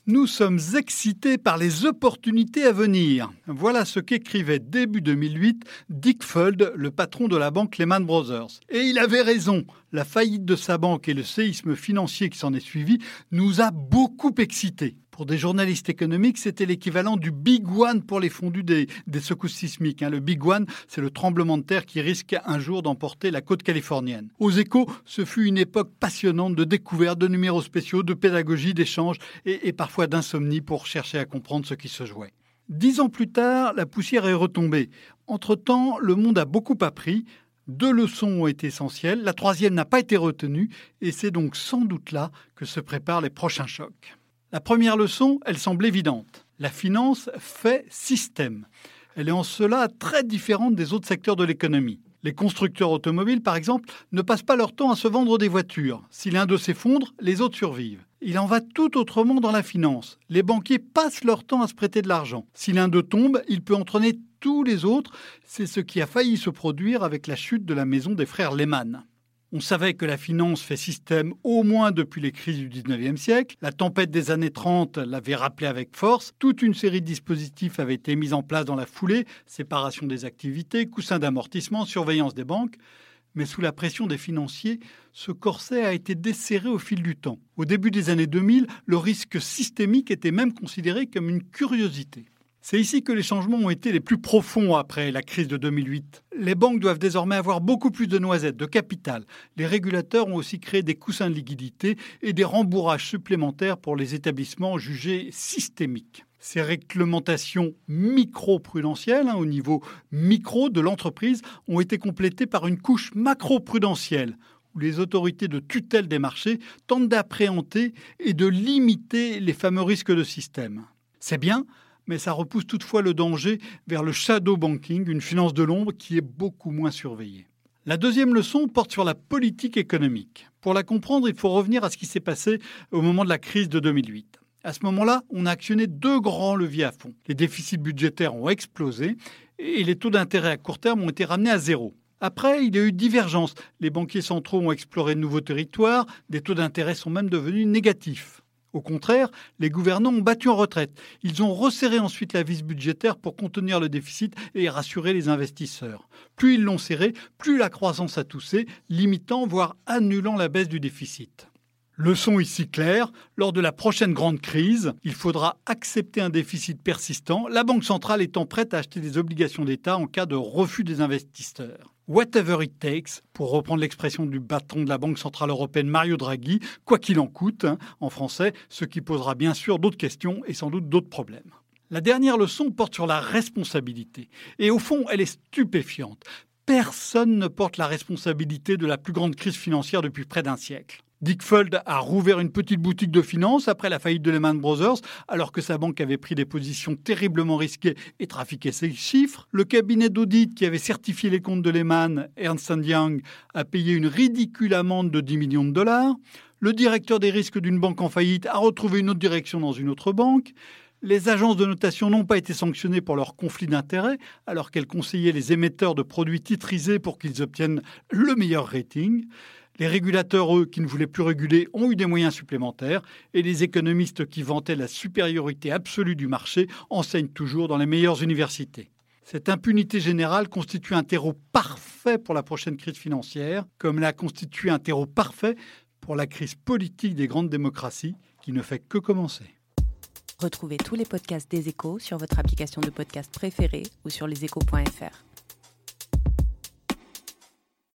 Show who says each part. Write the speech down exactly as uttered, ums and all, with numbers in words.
Speaker 1: Nous sommes excités par les opportunités à venir. Voilà ce qu'écrivait début deux mille huit Dick Fuld, le patron de la banque Lehman Brothers. Et il avait raison. La faillite de sa banque et le séisme financier qui s'en est suivi nous a beaucoup excités. Pour des journalistes économiques, c'était l'équivalent du Big One pour les fondus des, des secousses sismiques. Le Big One, c'est le tremblement de terre qui risque un jour d'emporter la côte californienne. Aux Échos, ce fut une époque passionnante de découvertes, de numéros spéciaux, de pédagogie, d'échanges et, et parfois d'insomnie pour chercher à comprendre ce qui se jouait. Dix ans plus tard, la poussière est retombée. Entre-temps, le monde a beaucoup appris. Deux leçons ont été essentielles, la troisième n'a pas été retenue et c'est donc sans doute là que se préparent les prochains chocs. La première leçon, elle semble évidente. La finance fait système. Elle est en cela très différente des autres secteurs de l'économie. Les constructeurs automobiles, par exemple, ne passent pas leur temps à se vendre des voitures. Si l'un d'eux s'effondre, les autres survivent. Il en va tout autrement dans la finance. Les banquiers passent leur temps à se prêter de l'argent. Si l'un d'eux tombe, il peut entraîner tous les autres. C'est ce qui a failli se produire avec la chute de la maison des frères Lehman. On savait que la finance fait système au moins depuis les crises du dix-neuvième siècle. La tempête des années trente l'avait rappelé avec force. Toute une série de dispositifs avait été mis en place dans la foulée. Séparation des activités, coussin d'amortissement, surveillance des banques. Mais sous la pression des financiers, ce corset a été desserré au fil du temps. Au début des années deux mille, le risque systémique était même considéré comme une curiosité. C'est ici que les changements ont été les plus profonds après la crise de deux mille huit. Les banques doivent désormais avoir beaucoup plus de noisettes, de capital. Les régulateurs ont aussi créé des coussins de liquidité et des rembourrages supplémentaires pour les établissements jugés systémiques. Ces réglementations micro-prudentielles, hein, au niveau micro de l'entreprise, ont été complétées par une couche macro-prudentielle, où les autorités de tutelle des marchés tentent d'appréhender et de limiter les fameux risques de système. C'est bien, mais ça repousse toutefois le danger vers le shadow banking, une finance de l'ombre qui est beaucoup moins surveillée. La deuxième leçon porte sur la politique économique. Pour la comprendre, il faut revenir à ce qui s'est passé au moment de la crise de deux mille huit. À ce moment-là, on a actionné deux grands leviers à fond. Les déficits budgétaires ont explosé et les taux d'intérêt à court terme ont été ramenés à zéro. Après, il y a eu divergence. Les banquiers centraux ont exploré de nouveaux territoires, des taux d'intérêt sont même devenus négatifs. Au contraire, les gouvernants ont battu en retraite. Ils ont resserré ensuite la vis budgétaire pour contenir le déficit et rassurer les investisseurs. Plus ils l'ont serré, plus la croissance a toussé, limitant voire annulant la baisse du déficit. Leçon ici claire, lors de la prochaine grande crise, il faudra accepter un déficit persistant, la Banque centrale étant prête à acheter des obligations d'État en cas de refus des investisseurs. Whatever it takes, pour reprendre l'expression du patron de la Banque centrale européenne Mario Draghi, quoi qu'il en coûte, hein, en français, ce qui posera bien sûr d'autres questions et sans doute d'autres problèmes. La dernière leçon porte sur la responsabilité. Et au fond, elle est stupéfiante. Personne ne porte la responsabilité de la plus grande crise financière depuis près d'un siècle. Dick Fuld a rouvert une petite boutique de finance après la faillite de Lehman Brothers, alors que sa banque avait pris des positions terriblement risquées et trafiqué ses chiffres. Le cabinet d'audit qui avait certifié les comptes de Lehman, Ernst and Young, a payé une ridicule amende de dix millions de dollars. Le directeur des risques d'une banque en faillite a retrouvé une autre direction dans une autre banque. Les agences de notation n'ont pas été sanctionnées pour leur conflit d'intérêts, alors qu'elles conseillaient les émetteurs de produits titrisés pour qu'ils obtiennent le meilleur rating. Les régulateurs, eux, qui ne voulaient plus réguler, ont eu des moyens supplémentaires et les économistes qui vantaient la supériorité absolue du marché enseignent toujours dans les meilleures universités. Cette impunité générale constitue un terreau parfait pour la prochaine crise financière, comme elle a constitué un terreau parfait pour la crise politique des grandes démocraties qui ne fait que commencer.
Speaker 2: Retrouvez tous les podcasts des Échos sur votre application de podcast préférée ou sur leséchos point f r.